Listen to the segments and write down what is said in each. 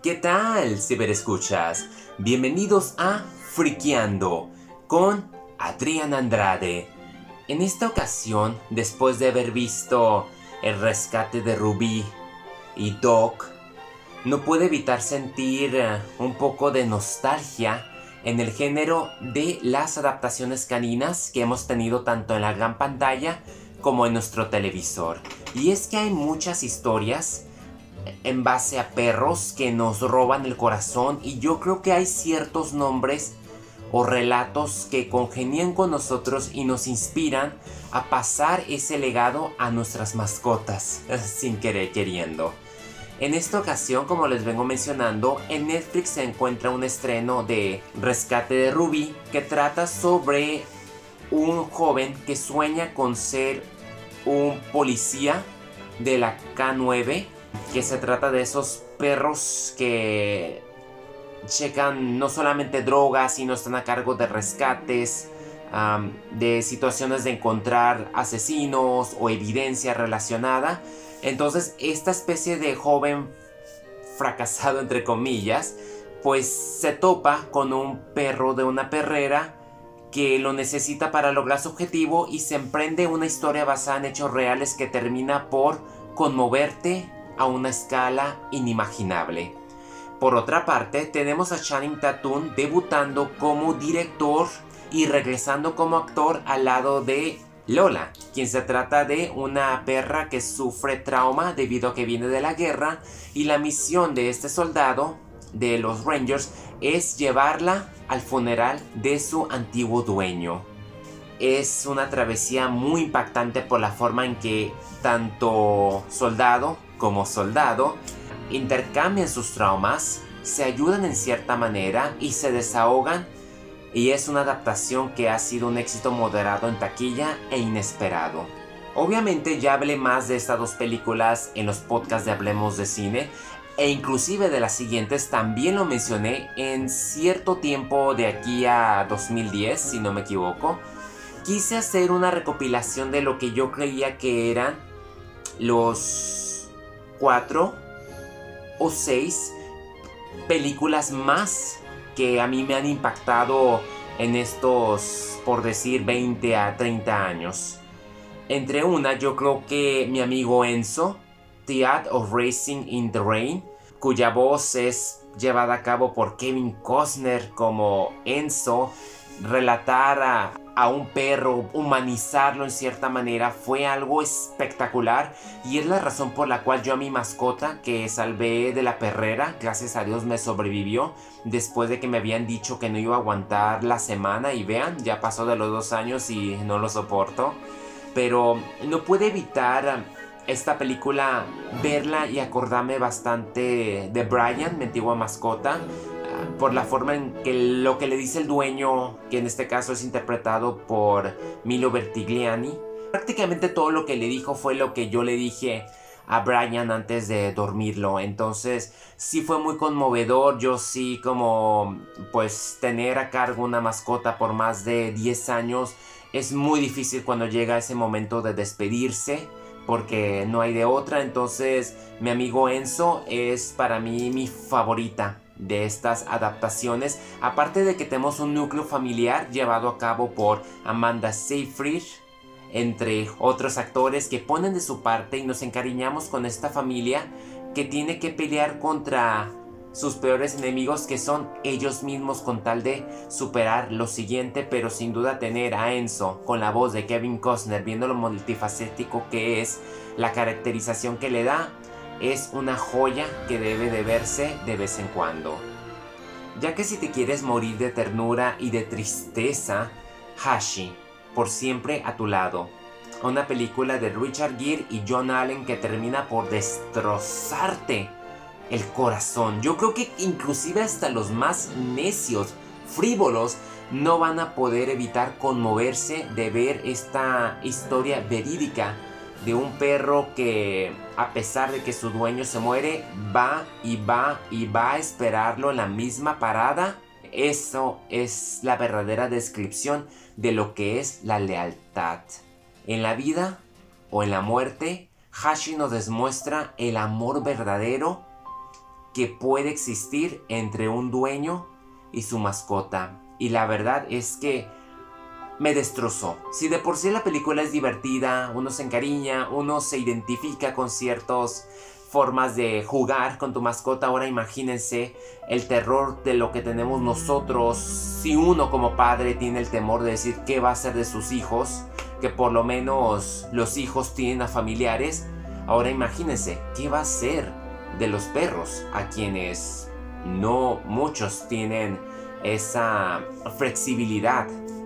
¿Qué tal, ciberescuchas? Bienvenidos a Friqueando con Adrián Andrade. En esta ocasión, después de haber visto el rescate de Ruby y Doc, no puedo evitar sentir un poco de nostalgia en el género de las adaptaciones caninas que hemos tenido tanto en la gran pantalla como en nuestro televisor. Y es que hay muchas historias en base a perros que nos roban el corazón, y yo creo que hay ciertos nombres o relatos que congenian con nosotros y nos inspiran a pasar ese legado a nuestras mascotas sin querer queriendo. En esta ocasión, como les vengo mencionando, en Netflix se encuentra un estreno de Rescate de Ruby que trata sobre un joven que sueña con ser un policía de la K9, que se trata de esos perros que checan no solamente drogas, sino están a cargo de rescates, de situaciones de encontrar asesinos o evidencia relacionada. Entonces esta especie de joven fracasado, entre comillas, pues se topa con un perro de una perrera que lo necesita para lograr su objetivo, y se emprende una historia basada en hechos reales que termina por conmoverte a una escala inimaginable. Por otra parte, tenemos a Channing Tatum debutando como director y regresando como actor al lado de Lola, quien se trata de una perra que sufre trauma debido a que viene de la guerra, y la misión de este soldado de los Rangers es llevarla al funeral de su antiguo dueño. Es una travesía muy impactante por la forma en que tanto soldado como soldado intercambian sus traumas, se ayudan en cierta manera y se desahogan, y es una adaptación que ha sido un éxito moderado en taquilla e inesperado. Obviamente ya hablé más de estas dos películas en los podcasts de Hablemos de Cine, e inclusive de las siguientes también lo mencioné en cierto tiempo de aquí a 2010, si no me equivoco. Quise hacer una recopilación de lo que yo creía que eran los 4 o 6 películas más que a mí me han impactado en estos, por decir, 20 a 30 años. Entre una, yo creo que mi amigo Enzo, The Art of Racing in the Rain, cuya voz es llevada a cabo por Kevin Costner como Enzo. Relatar a un perro, humanizarlo en cierta manera, fue algo espectacular, y es la razón por la cual yo a mi mascota, que salvé de la perrera, gracias a Dios me sobrevivió después de que me habían dicho que no iba a aguantar la semana, y vean, ya pasó de los 2 años y no lo soporto. Pero no pude evitar esta película verla y acordarme bastante de Brian, mi antigua mascota, por la forma en que lo que le dice el dueño, que en este caso es interpretado por Milo Bertigliani. Prácticamente todo lo que le dijo fue lo que yo le dije a Brian antes de dormirlo. Entonces sí fue muy conmovedor. Yo sí, como pues tener a cargo una mascota por más de 10 años es muy difícil cuando llega ese momento de despedirse, porque no hay de otra. Entonces mi amigo Enzo es para mí mi favorita de estas adaptaciones, aparte de que tenemos un núcleo familiar llevado a cabo por Amanda Seyfried, entre otros actores que ponen de su parte, y nos encariñamos con esta familia que tiene que pelear contra sus peores enemigos, que son ellos mismos, con tal de superar lo siguiente. Pero sin duda tener a Enzo con la voz de Kevin Costner, viendo lo multifacético que es, la caracterización que le da, es una joya que debe de verse de vez en cuando. Ya que si te quieres morir de ternura y de tristeza, Hashi, por siempre a tu lado. Una película de Richard Gere y John Allen que termina por destrozarte el corazón. Yo creo que inclusive hasta los más necios, frívolos, no van a poder evitar conmoverse de ver esta historia verídica de un perro que, a pesar de que su dueño se muere, va y va y va a esperarlo en la misma parada. Eso es la verdadera descripción de lo que es la lealtad. En la vida o en la muerte, Hashi nos demuestra el amor verdadero que puede existir entre un dueño y su mascota. Y la verdad es que me destrozó. Si de por sí la película es divertida, uno se encariña, uno se identifica con ciertas formas de jugar con tu mascota, ahora imagínense el terror de lo que tenemos nosotros. Si uno como padre tiene el temor de decir qué va a hacer de sus hijos, que por lo menos los hijos tienen a familiares, ahora imagínense qué va a ser de los perros, a quienes no muchos tienen esa flexibilidad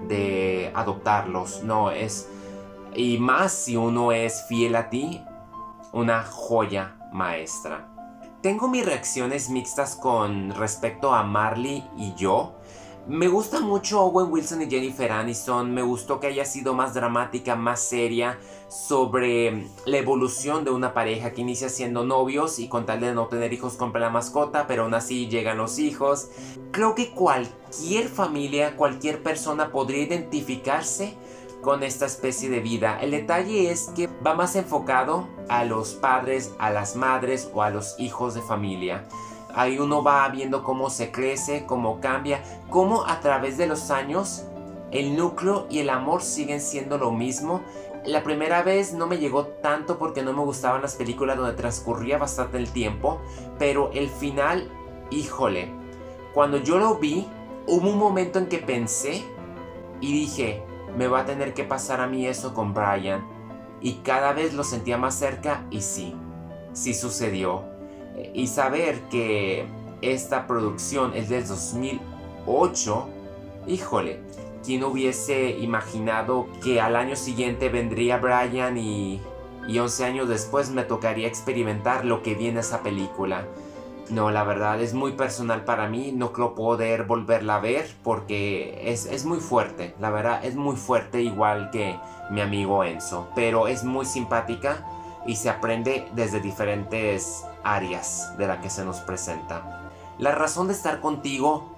de adoptarlos. No es, y más si uno es fiel a ti, una joya maestra. Tengo mis reacciones mixtas con respecto a Marley y yo. Me gusta mucho Owen Wilson y Jennifer Aniston. Me gustó que haya sido más dramática, más seria, sobre la evolución de una pareja que inicia siendo novios y con tal de no tener hijos compra la mascota, pero aún así llegan los hijos. Creo que cualquier familia, cualquier persona podría identificarse con esta especie de vida. El detalle es que va más enfocado a los padres, a las madres o a los hijos de familia. Ahí uno va viendo cómo se crece, cómo cambia, cómo a través de los años el núcleo y el amor siguen siendo lo mismo. La primera vez no me llegó tanto porque no me gustaban las películas donde transcurría bastante el tiempo, pero el final, híjole, cuando yo lo vi, hubo un momento en que pensé y dije, me va a tener que pasar a mí eso con Brian. Y cada vez lo sentía más cerca y sí sucedió. Y saber que esta producción es del 2008, híjole, ¿quién hubiese imaginado que al año siguiente vendría Brian y 11 años después me tocaría experimentar lo que vi en esa película? No, la verdad es muy personal para mí, no creo poder volverla a ver porque es muy fuerte, la verdad es muy fuerte, igual que mi amigo Enzo, pero es muy simpática y se aprende desde diferentes áreas de la que se nos presenta. La razón de estar contigo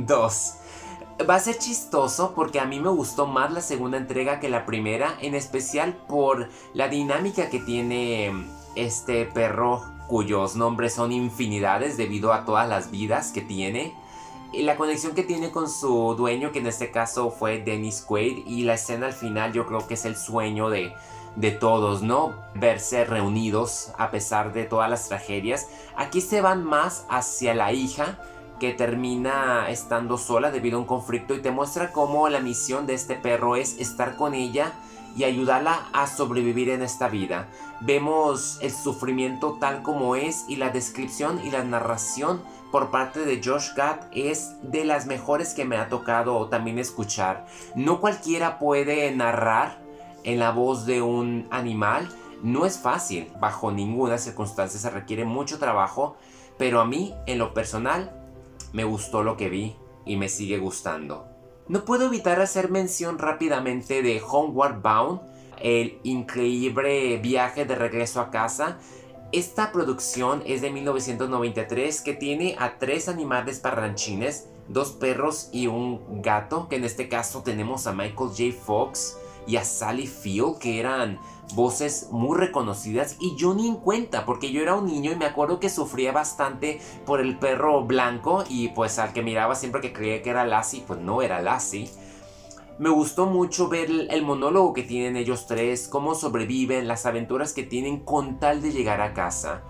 2. Va a ser chistoso porque a mí me gustó más la segunda entrega que la primera, en especial por la dinámica que tiene este perro cuyos nombres son infinidades debido a todas las vidas que tiene. Y la conexión que tiene con su dueño, que en este caso fue Dennis Quaid, y la escena al final yo creo que es el sueño de todos, ¿no? Verse reunidos a pesar de todas las tragedias. Aquí se van más hacia la hija, que termina estando sola debido a un conflicto, y te muestra cómo la misión de este perro es estar con ella y ayudarla a sobrevivir en esta vida. Vemos el sufrimiento tal como es, y la descripción y la narración por parte de Josh Gad es de las mejores que me ha tocado también escuchar. No cualquiera puede narrar en la voz de un animal, no es fácil, bajo ninguna circunstancia, se requiere mucho trabajo, pero a mí, en lo personal, me gustó lo que vi y me sigue gustando. No puedo evitar hacer mención rápidamente de Homeward Bound, el increíble viaje de regreso a casa. Esta producción es de 1993, que tiene a 3 animales parlanchines, 2 perros y un gato, que en este caso tenemos a Michael J. Fox y a Sally Field, que eran voces muy reconocidas, y yo ni en cuenta porque yo era un niño y me acuerdo que sufría bastante por el perro blanco, y pues al que miraba siempre que creía que era Lassie, pues no era Lassie. Me gustó mucho ver el monólogo que tienen ellos tres, cómo sobreviven, las aventuras que tienen con tal de llegar a casa.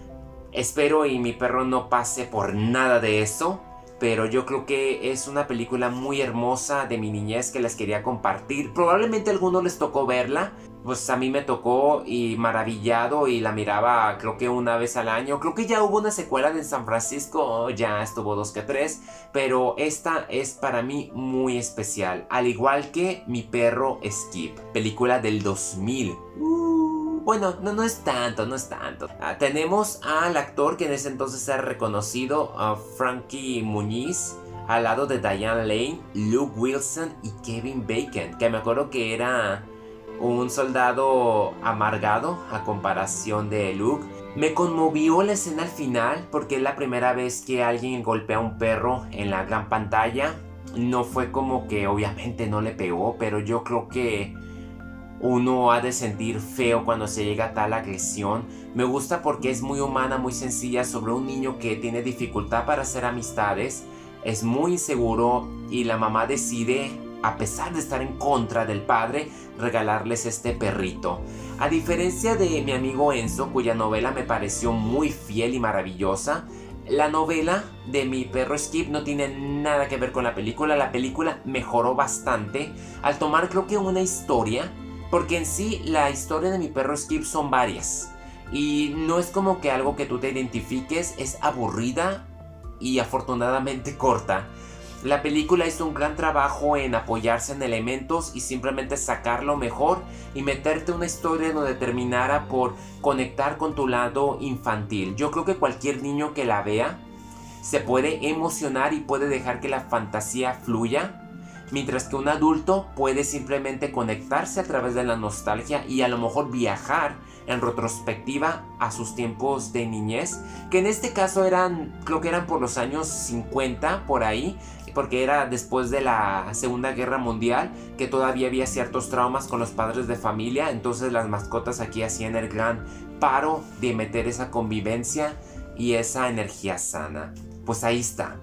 Espero y mi perro no pase por nada de eso, pero yo creo que es una película muy hermosa de mi niñez que les quería compartir. Probablemente a algunos les tocó verla, pues a mí me tocó, y maravillado, y la miraba creo que una vez al año. Creo que ya hubo una secuela de San Francisco, ya estuvo 2 que 3, pero esta es para mí muy especial, al igual que Mi perro Skip, película del 2000. Bueno, no es tanto. Tenemos al actor que en ese entonces era reconocido, Frankie Muniz, al lado de Diane Lane, Luke Wilson y Kevin Bacon, que me acuerdo que era un soldado amargado a comparación de Luke. Me conmovió la escena al final porque es la primera vez que alguien golpea a un perro en la gran pantalla. No fue como que obviamente no le pegó, pero yo creo que uno ha de sentir feo cuando se llega a tal agresión. Me gusta porque es muy humana, muy sencilla, sobre un niño que tiene dificultad para hacer amistades, es muy inseguro y la mamá decide, a pesar de estar en contra del padre, regalarles este perrito. A diferencia de mi amigo Enzo, cuya novela me pareció muy fiel y maravillosa, la novela de Mi Perro Skip no tiene nada que ver con la película. La película mejoró bastante al tomar, creo que, una historia, porque en sí la historia de Mi Perro Skip son varias y no es como que algo que tú te identifiques, es aburrida y afortunadamente corta. La película hizo un gran trabajo en apoyarse en elementos y simplemente sacar lo mejor y meterte una historia donde terminara por conectar con tu lado infantil. Yo creo que cualquier niño que la vea se puede emocionar y puede dejar que la fantasía fluya, mientras que un adulto puede simplemente conectarse a través de la nostalgia y a lo mejor viajar en retrospectiva a sus tiempos de niñez, que en este caso creo que eran por los años 50, por ahí, porque era después de la Segunda Guerra Mundial, que todavía había ciertos traumas con los padres de familia. Entonces las mascotas aquí hacían el gran paro de meter esa convivencia y esa energía sana. Pues ahí está.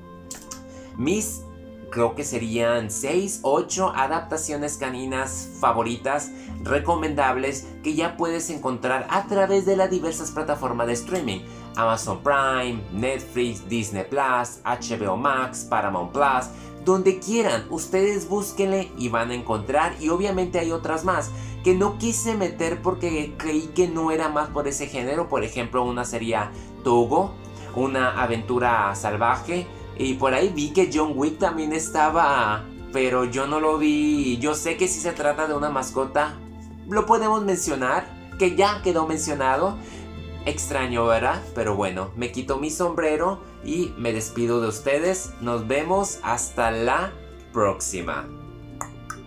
Creo que serían 6, 8 adaptaciones caninas favoritas, recomendables, que ya puedes encontrar a través de las diversas plataformas de streaming: Amazon Prime, Netflix, Disney Plus, HBO Max, Paramount Plus. Donde quieran, ustedes búsquenle y van a encontrar. Y obviamente hay otras más que no quise meter porque creí que no era más por ese género. Por ejemplo, una sería Togo, una aventura salvaje. Y por ahí vi que John Wick también estaba, pero yo no lo vi. Yo sé que si se trata de una mascota, lo podemos mencionar, que ya quedó mencionado. Extraño, ¿verdad? Pero bueno, me quito mi sombrero y me despido de ustedes. Nos vemos hasta la próxima.